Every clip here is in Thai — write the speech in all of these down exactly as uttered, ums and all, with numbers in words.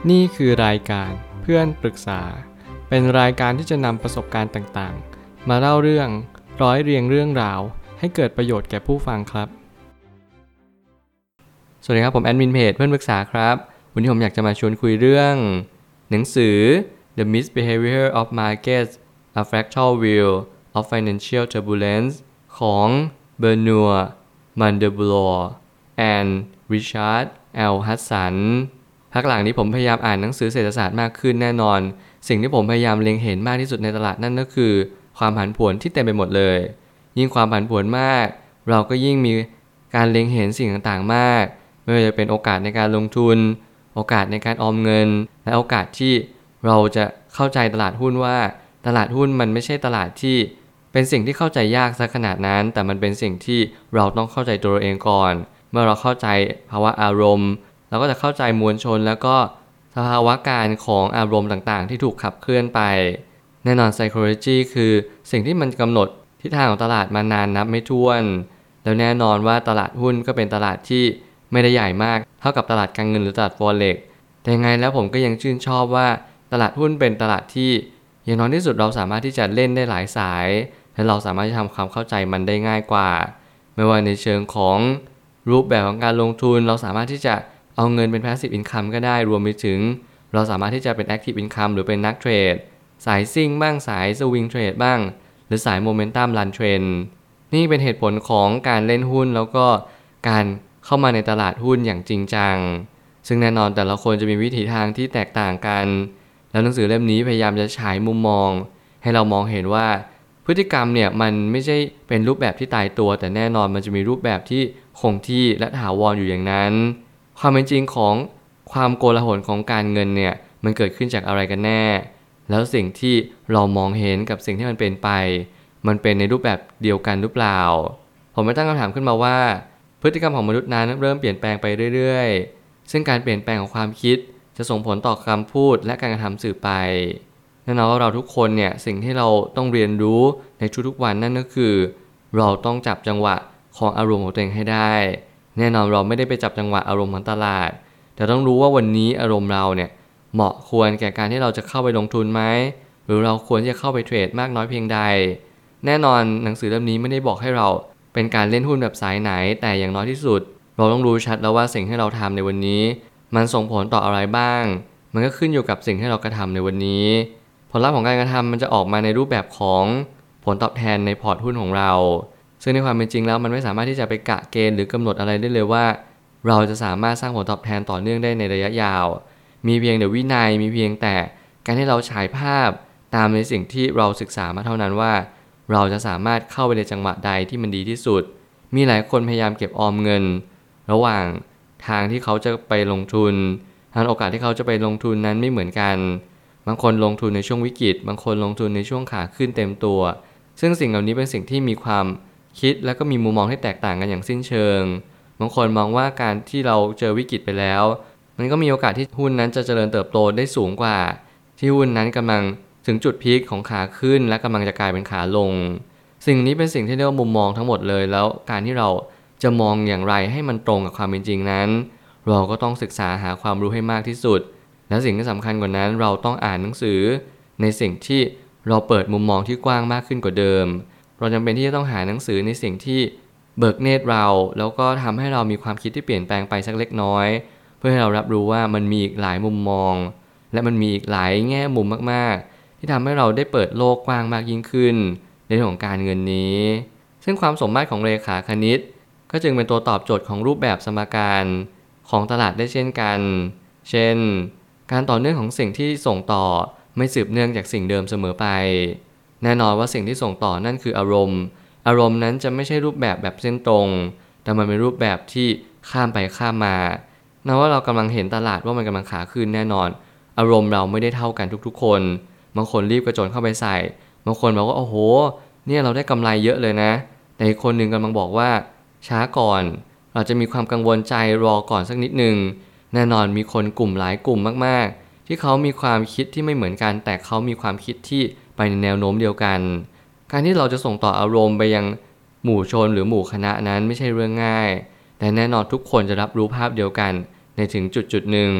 นี่คือรายการเพื่อนปรึกษาเป็นรายการที่จะนำประสบการณ์ต่างๆมาเล่าเรื่องร้อยเรียงเรื่องราวให้เกิดประโยชน์แก่ผู้ฟังครับสวัสดีครับผมแอดมินเพจเพื่อนปรึกษาครับวันนี้ผมอยากจะมาชวนคุยเรื่องหนังสือ The Misbehavior of Markets: A Fractal View of Financial Turbulence ของ Benoit Mandelbrot and Richard L. Hudsonพักหลังนี้ผมพยายามอ่านหนังสือเศรษฐศาสตร์มากขึ้นแน่นอนสิ่งที่ผมพยายามเล็งเห็นมากที่สุดในตลาดนั่นก็คือความผันผวนที่เต็มไปหมดเลยยิ่งความผันผวนมากเราก็ยิ่งมีการเล็งเห็นสิ่งต่างๆมากไม่ว่าจะเป็นโอกาสในการลงทุนโอกาสในการออมเงินและโอกาสที่เราจะเข้าใจตลาดหุ้นว่าตลาดหุ้นมันไม่ใช่ตลาดที่เป็นสิ่งที่เข้าใจยากซะขนาดนั้นแต่มันเป็นสิ่งที่เราต้องเข้าใจตัวเราเองก่อนเมื่อเราเข้าใจภาวะอารมณ์เราก็จะเข้าใจมวลชนแล้วก็สภาวะการของอารมณ์ต่างๆที่ถูกขับเคลื่อนไปแน่นอน psychology คือสิ่งที่มันกำหนดทิศทางของตลาดมานานนับไม่ถ้วนแล้วแน่นอนว่าตลาดหุ้นก็เป็นตลาดที่ไม่ได้ใหญ่มากเท่ากับตลาดการเงินหรือตลาด Forex แต่ยังไงแล้วผมก็ยังชื่นชอบว่าตลาดหุ้นเป็นตลาดที่อย่างน้อยที่สุดเราสามารถที่จะเล่นได้หลายสายและเราสามารถที่จะทำความเข้าใจมันได้ง่ายกว่าไม่ว่าในเชิงของรูปแบบของการลงทุนเราสามารถที่จะเอาเงินเป็น passive income ก็ได้รวมไปถึงเราสามารถที่จะเป็น active income หรือเป็นนักเทรดสายซิ่งบ้างสาย swing trade บ้างหรือสาย momentum run trend นี่เป็นเหตุผลของการเล่นหุ้นแล้วก็การเข้ามาในตลาดหุ้นอย่างจริงจังซึ่งแน่นอนแต่ละคนจะมีวิถีทางที่แตกต่างกันแล้วหนังสือเล่มนี้พยายามจะฉายมุมมองให้เรามองเห็นว่าพฤติกรรมเนี่ยมันไม่ใช่เป็นรูปแบบที่ตายตัวแต่แน่นอนมันจะมีรูปแบบที่คงที่และถาวรอยู่อย่างนั้นความเป็นจริงของความโกลาหลของการเงินเนี่ยมันเกิดขึ้นจากอะไรกันแน่แล้วสิ่งที่เรามองเห็นกับสิ่งที่มันเป็นไปมันเป็นในรูปแบบเดียวกันหรือเปล่าผมไม่ตั้งคำถามขึ้นมาว่าพฤติกรรมของมนุษย์นั้นเริ่มเปลี่ยนแปลงไปเรื่อยๆซึ่งการเปลี่ยนแปลงของความคิดจะส่งผลต่อคำพูดและการกระทำสื่อไปแน่นอนว่าเราทุกคนเนี่ยสิ่งที่เราต้องเรียนรู้ในทุกๆวันนั่นก็คือเราต้องจับจังหวะของอารมณ์ของตัวเองให้ได้แน่นอนเราไม่ได้ไปจับจังหวะอารมณ์ของตลาดแต่ต้องรู้ว่าวันนี้อารมณ์เราเนี่ยเหมาะควรแก่การที่เราจะเข้าไปลงทุนไหมหรือเราควรจะเข้าไปเทรดมากน้อยเพียงใดแน่นอนหนังสือเล่มนี้ไม่ได้บอกให้เราเป็นการเล่นหุ้นแบบสายไหนแต่อย่างน้อยที่สุดเราต้องรู้ชัดแล้วว่าสิ่งที่เราทำในวันนี้มันส่งผลต่ออะไรบ้างมันก็ขึ้นอยู่กับสิ่งที่เรากระทำในวันนี้ผลลัพธ์ของการกระทำมันจะออกมาในรูปแบบของผลตอบแทนในพอร์ตหุ้นของเราซึ่งในความเป็นจริงแล้วมันไม่สามารถที่จะไปกะเกณฑ์หรือกำหนดอะไรได้เลยว่าเราจะสามารถสร้างผลตอบแทนต่อเนื่องได้ในระยะยาวมีเพียงแต่วินัยมีเพียงแต่การที่เราฉายภาพตามในสิ่งที่เราศึกษามาเท่านั้นว่าเราจะสามารถเข้าไปในจังหวะใดที่มันดีที่สุดมีหลายคนพยายามเก็บออมเงินระหว่างทางที่เขาจะไปลงทุนทางโอกาสที่เขาจะไปลงทุนนั้นไม่เหมือนกันบางคนลงทุนในช่วงวิกฤตบางคนลงทุนในช่วงขาขึ้นเต็มตัวซึ่งสิ่งเหล่านี้เป็นสิ่งที่มีความคิดและก็มีมุมมองที่แตกต่างกันอย่างสิ้นเชิงบางคนมองว่าการที่เราเจอวิกฤตไปแล้วมันก็มีโอกาสที่หุ้นนั้นจะเจริญเติบโตได้สูงกว่าที่หุ้นนั้นกำลังถึงจุดพีคของขาขึ้นและกำลังจะกลายเป็นขาลงสิ่งนี้เป็นสิ่งที่เรียกว่ามุมมองทั้งหมดเลยแล้วการที่เราจะมองอย่างไรให้มันตรงกับความเป็นจริงนั้นเราก็ต้องศึกษาหาความรู้ให้มากที่สุดและสิ่งที่สำคัญกว่านั้นเราต้องอ่านหนังสือในสิ่งที่เราเปิดมุมมองที่กว้างมากขึ้นกว่าเดิมเราจำเป็นที่จะต้องหาหนังสือในสิ่งที่เบิกเนตรเราแล้วก็ทำให้เรามีความคิดที่เปลี่ยนแปลงไปสักเล็กน้อยเพื่อให้เรารับรู้ว่ามันมีอีกหลายมุมมองและมันมีอีกหลายแง่มุมมากๆที่ทำให้เราได้เปิดโลกกว้างมากยิ่งขึ้นในเรื่องของการเงินนี้ซึ่งความสมมาตรของเรขาคณิตก็จึงเป็นตัวตอบโจทย์ของรูปแบบสมการของตลาดได้เช่นกันเช่นการต่อเนื่องของสิ่งที่ส่งต่อไม่สืบเนื่องจากสิ่งเดิมเสมอไปแน่นอนว่าสิ่งที่ส่งต่อนั่นคืออารมณ์อารมณ์นั้นจะไม่ใช่รูปแบบแบบเส้นตรงแต่มันเป็นรูปแบบที่ข้ามไปข้ามมานะว่าเรากำลังเห็นตลาดว่ามันกำลังขาขึ้นแน่นอนอารมณ์เราไม่ได้เท่ากันทุกๆคนบางคนรีบกระโจนเข้าไปใส่บางคนบอกว่าโอ้โหเนี่ยเราได้กำไรเยอะเลยนะแต่อีกคนนึงกำลังบอกว่าช้าก่อนเราจะมีความกังวลใจรอก่อนสักนิดนึงแน่นอนมีคนกลุ่มหลายกลุ่มมากๆที่เขามีความคิดที่ไม่เหมือนกันแต่เขามีความคิดที่ไปในแนวโน้มเดียวกันการที่เราจะส่งต่ออารมณ์ไปยังหมู่ชนหรือหมู่คณะนั้นไม่ใช่เรื่องง่ายแต่แน่นอนทุกคนจะรับรู้ภาพเดียวกันในถึงจุดจุดหนึ่ง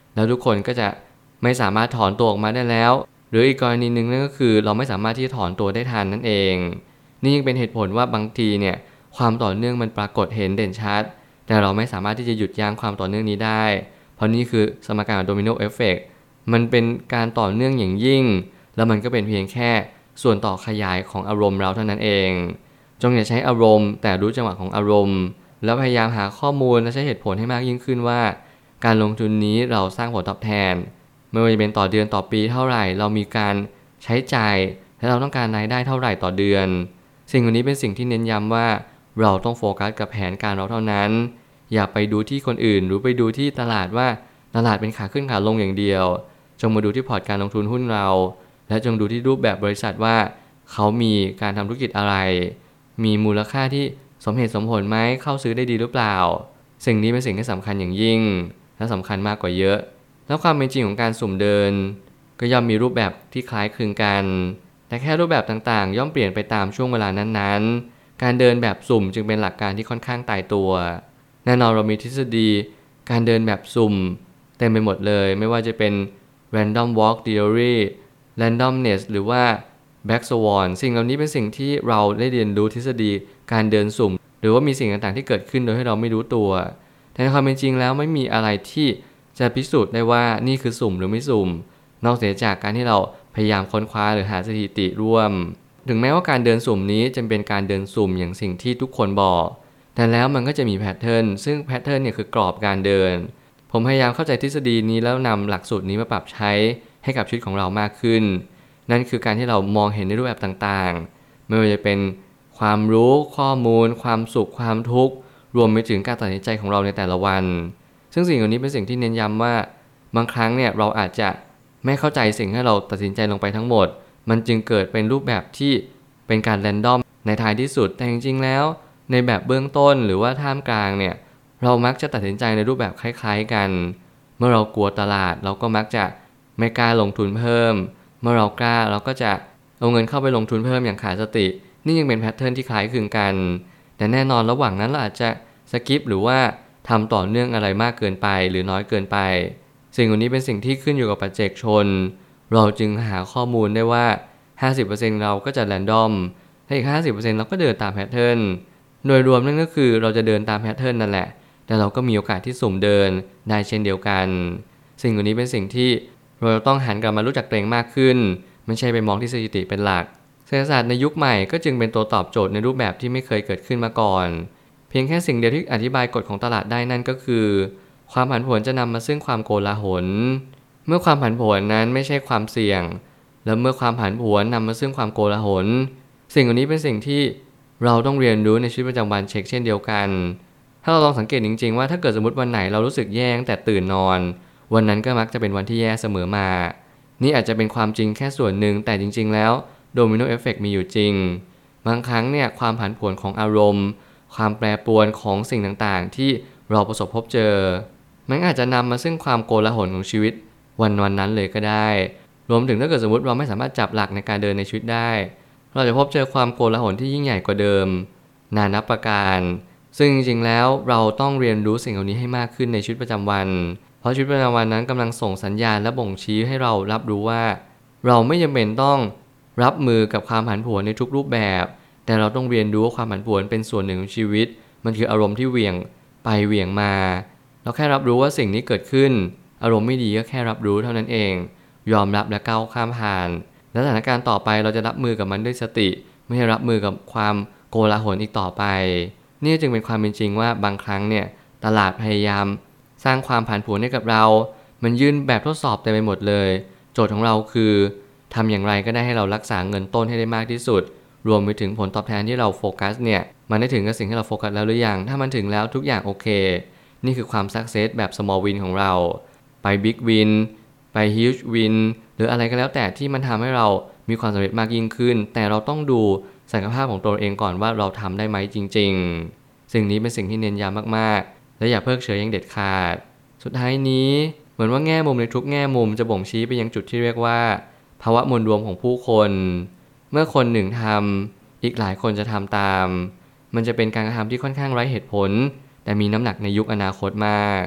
แล้วทุกคนก็จะไม่สามารถถอนตัวออกมาได้แล้วหรืออีกกรณีหนึ่งนั่นก็คือเราไม่สามารถที่จะถอนตัวได้ทันนั่นเองนี่ยังเป็นเหตุผลว่าบางทีเนี่ยความต่อเนื่องมันปรากฏเห็นเด่นชัดแต่เราไม่สามารถที่จะหยุดยั้งความต่อเนื่องนี้ได้เพราะนี่คือสมการโดมิโนเอฟเฟกต์มันเป็นการต่อเนื่องอย่างยิ่งแล้วมันก็เป็นเพียงแค่ส่วนต่อขยายของอารมณ์เราเท่านั้นเองจงอย่าใช้อารมณ์แต่รู้จังหวะของอารมณ์แล้วพยายามหาข้อมูลและใช้เหตุผลให้มากยิ่งขึ้นว่าการลงทุนนี้เราสร้างผลตอบแทนไม่ว่าจะเป็นต่อเดือนต่อปีเท่าไหร่เรามีการใช้จ่ายและเราต้องการรายได้เท่าไหร่ต่อเดือนสิ่งเหล่านี้เป็นสิ่งที่เน้นย้ำว่าเราต้องโฟกัสกับแผนการเราเท่านั้นอย่าไปดูที่คนอื่นหรือไปดูที่ตลาดว่าตลาดเป็นขาขึ้นขาลงอย่างเดียวจงมาดูที่พอร์ตการลงทุนหุ้นเราและจงดูที่รูปแบบบริษัทว่าเขามีการทำธุรกิจอะไรมีมูลค่าที่สมเหตุสมผลไหมเข้าซื้อได้ดีหรือเปล่าสิ่งนี้เป็นสิ่งที่สำคัญอย่างยิ่งและสำคัญมากกว่าเยอะแล้วความเป็นจริงของการสุ่มเดินก็ย่อมมีรูปแบบที่คล้ายคลึงกันแต่แค่รูปแบบต่างๆย่อมเปลี่ยนไปตามช่วงเวลานั้นๆการเดินแบบสุ่มจึงเป็นหลักการที่ค่อนข้างตายตัวแน่นอนเรามีทฤษฎีการเดินแบบสุ่มเต็มไปหมดเลยไม่ว่าจะเป็น random walk theory randomness หรือว่า black swan สิ่งเหล่านี้เป็นสิ่งที่เราได้เรียนรู้ทฤษฎีการเดินสุ่มหรือว่ามีสิ่งต่างๆที่เกิดขึ้นโดยให้เราไม่รู้ตัวแต่ในความเป็นจริงแล้วไม่มีอะไรที่จะพิสูจน์ได้ว่านี่คือสุ่มหรือไม่สุ่มนอกจากการที่เราพยายามค้นคว้าหรือหาสถิติร่วมถึงแม้ว่าการเดินสุ่มนี้จะเป็นการเดินสุ่มอย่างสิ่งที่ทุกคนบอกแต่แล้วมันก็จะมีแพทเทิร์นซึ่งแพทเทิร์นเนี่ยคือกรอบการเดินผมพยายามเข้าใจทฤษฎีนี้แล้วนำหลักสูตรนี้มาปรับใช้ให้กับชีวิตของเรามากขึ้นนั่นคือการที่เรามองเห็นในรูปแบบต่างๆไม่ว่าจะเป็นความรู้ข้อมูลความสุขความทุกข์รวมไปถึงการตัดสินใจของเราในแต่ละวันซึ่งสิ่งเหล่านี้เป็นสิ่งที่เน้นย้ำว่าบางครั้งเนี่ยเราอาจจะไม่เข้าใจสิ่งที่เราตัดสินใจลงไปทั้งหมดมันจึงเกิดเป็นรูปแบบที่เป็นการแรนดอมในท้ายที่สุดแต่จริงๆแล้วในแบบเบื้องต้นหรือว่าท่ามกลางเนี่ยเรามักจะตัดสินใจในรูปแบบคล้ายๆกันเมื่อเรากลัวตลาดเราก็มักจะไม่กล้าลงทุนเพิ่มเมื่อเรากล้าเราก็จะเอาเงินเข้าไปลงทุนเพิ่มอย่างขาดสตินี่ยังเป็นแพทเทิร์นที่คล้ายคลึงกันแต่แน่นอนระหว่างนั้นเราอาจจะสกิปหรือว่าทำต่อเนื่องอะไรมากเกินไปหรือน้อยเกินไปสิ่งเหล่านี้เป็นสิ่งที่ขึ้นอยู่กับปัจเจกชนเราจึงหาข้อมูลได้ว่า ห้าสิบเปอร์เซ็นต์ เราก็จะแรนดอมและอีก ห้าสิบเปอร์เซ็นต์ เราก็เดินตามแพทเทิร์นโดยรวมนั่นก็คือเราจะเดินตามแพทเทิร์นนั่นแหละแต่เราก็มีโอกาสที่สุ่มเดินได้เช่นเดียวกันสิ่งเหล่านี้เป็นสิ่งที่เราต้องหันกลับมารู้จักตัวเองมากขึ้นไม่ใช่ไปมองที่สถิติเป็นหลักเศรษฐศาสตร์ในยุคใหม่ก็จึงเป็นตัวตอบโจทย์ในรูปแบบที่ไม่เคยเกิดขึ้นมาก่อนเพียงแค่สิ่งเดียวที่อธิบายกฎของตลาดได้นั่นก็คือความผันผวนจะนำมาซึ่งความโกลาหลเมื่อความผันผวนนั้นไม่ใช่ความเสี่ยงและเมื่อความผันผวนนำมาซึ่งความโกลาหลสิ่งเหล่านี้เป็นสิ่งที่เราต้องเรียนรู้ในชีวิตประจำวันเช็คเช่นเดียวกันถ้าเราลองสังเกตจริงๆว่าถ้าเกิดสมมติวันไหนเรารู้สึกแย่ตั้งแต่ตื่นนอนวันนั้นก็มักจะเป็นวันที่แย่เสมอมานี่อาจจะเป็นความจริงแค่ส่วนหนึ่งแต่จริงๆแล้วโดมิโนเอฟเฟกต์มีอยู่จริงบางครั้งเนี่ยความผันผวนของอารมณ์ความแปรปรวนของสิ่งต่างๆที่เราประสบพบเจอมันอาจจะนำมาซึ่งความโกลาหลของชีวิตวันวันนั้นเลยก็ได้รวมถึงถ้าเกิดสมมติเราไม่สามารถจับหลักในการเดินในชีวิตได้เราจะพบเจอความโกลาหลที่ยิ่งใหญ่กว่าเดิมนานับประการซึ่งจริงๆแล้วเราต้องเรียนรู้สิ่งเหล่านี้ให้มากขึ้นในชีวิตประจำวันเพราะชีวิตประจำวันนั้นกำลังส่งสัญญาณและบ่งชี้ให้เรารับรู้ว่าเราไม่จำเป็นต้องรับมือกับความผันผวนในทุกรูปแบบแต่เราต้องเรียนรู้ว่าความผันผวนเป็นส่วนหนึ่งของชีวิตมันคืออารมณ์ที่เหวี่ยงไปเหวี่ยงมาเราแค่รับรู้ว่าสิ่งนี้เกิดขึ้นอารมณ์ไม่ดีก็แค่รับรู้เท่านั้นเองยอมรับและก้าวข้ามผ่านและสถานการณ์ต่อไปเราจะรับมือกับมันด้วยสติไม่ให้รับมือกับความโกลาหลอีกต่อไปนี่จึงเป็นความเป็นจริงว่าบางครั้งเนี่ยตลาดพยายามสร้างความผันผวนให้กับเรามันยื่นแบบทดสอบเต็มไปหมดเลยโจทย์ของเราคือทำอย่างไรก็ได้ให้เรารักษาเงินต้นให้ได้มากที่สุดรวมไปถึงผลตอบแทนที่เราโฟกัสเนี่ยมันได้ถึงกับสิ่งที่เราโฟกัสแล้วหรือยังถ้ามันถึงแล้วทุกอย่างโอเคนี่คือความสักเซสแบบ small win ของเราไป big win ไป huge win หรืออะไรก็แล้วแต่ที่มันทำให้เรามีความสำเร็จมากยิ่งขึ้นแต่เราต้องดูศักยภาพของตัวเองก่อนว่าเราทำได้ไหมจริงๆสิ่งนี้เป็นสิ่งที่เน้นย้ำมากๆและอย่าเพิกเฉยอย่างเด็ดขาดสุดท้ายนี้เหมือนว่าแง่มุมในทุกแง่มุมจะบ่งชี้ไปยังจุดที่เรียกว่าภาวะมวลรวมของผู้คนเมื่อคนหนึ่งทำอีกหลายคนจะทำตามมันจะเป็นการกระทำที่ค่อนข้างไร้เหตุผลแต่มีน้ำหนักในยุคอนาคตมากผ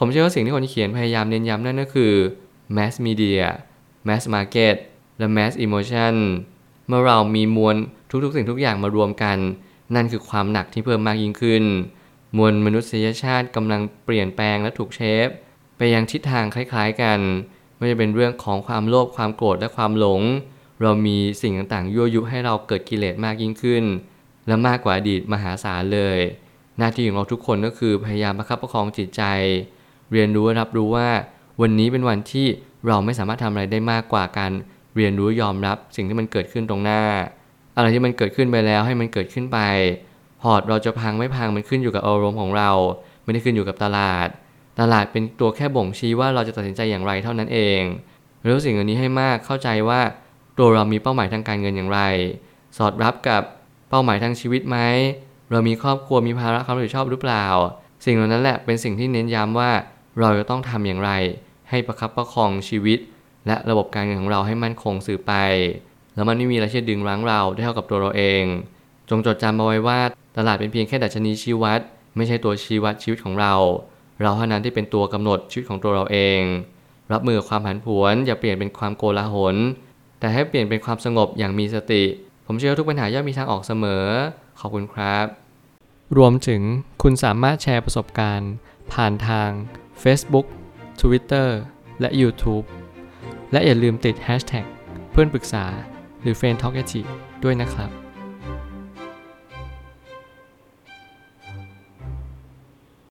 ผมเชื่อว่าสิ่งที่คนเขียนพยายามเน้นย้ำนั่นก็คือ mass media mass market และ mass emotion เมื่อเรามีมวลทุกๆสิ่งทุกอย่างมารวมกันนั่นคือความหนักที่เพิ่มมากยิ่งขึ้นมวลมนุษยชาติกำลังเปลี่ยนแปลงและถูกเชฟไปยังทิศทางคล้ายๆกันไม่ว่าจะเป็นเรื่องของความโลภความโกรธและความหลงเรามีสิ่งต่างๆยั่วยุให้เราเกิดกิเลสมากยิ่งขึ้นและมากกว่าอดีตมหาศาลเลยหน้าที่ของเราทุกคนก็คือพยายามประคับประคองจิตใจเรียนรู้รับรู้ว่าวันนี้เป็นวันที่เราไม่สามารถทำอะไรได้มากกว่าการเรียนรู้ยอมรับสิ่งที่มันเกิดขึ้นตรงหน้าอะไรที่มันเกิดขึ้นไปแล้วให้มันเกิดขึ้นไปพอร์ตเราจะพังไม่พังมันขึ้นอยู่กับอารมณ์ของเราไม่ได้ขึ้นอยู่กับตลาดตลาดเป็นตัวแค่บ่งชี้ว่าเราจะตัดสินใจอย่างไรเท่านั้นเองรู้สิ่งอันนี้ให้มากเข้าใจว่าตัวเรามีเป้าหมายทางการเงินอย่างไรสอดรับกับเป้าหมายทางชีวิตไหมเรามีครอบครัวมีภาระความรับผิดชอบหรือเปล่าสิ่งเหล่านั้นแหละเป็นสิ่งที่เน้นย้ำว่าเราจะต้องทำอย่างไรให้ประคับประคองชีวิตและระบบการเงินของเราให้มั่นคงสืบไปแล้วมันไม่มีอะไรที่จะดึงรั้งเราได้เท่ากับตัวเราเองจงจดจำเอาไว้ว่าตลาดเป็นเพียงแค่ดัชนีชี้วัดไม่ใช่ตัวชี้วัดชีวิตของเราเราเท่านั้นที่เป็นตัวกำหนดชีวิตของตัวเราเองรับมือกับความผันผวนอย่าเปลี่ยนเป็นความโกลาหลแต่ให้เปลี่ยนเป็นความสงบอย่างมีสติผมเชื่อว่าทุกปัญหาย่อมมีทางออกเสมอขอบคุณครับรวมถึงคุณสามารถแชร์ประสบการณ์ผ่านทาง Facebook Twitter และ YouTube และอย่าลืมติด แฮชแท็ก เพื่อนปรึกษาหรือ เฟรนด์ ทอล์ก ด้วยนะครับ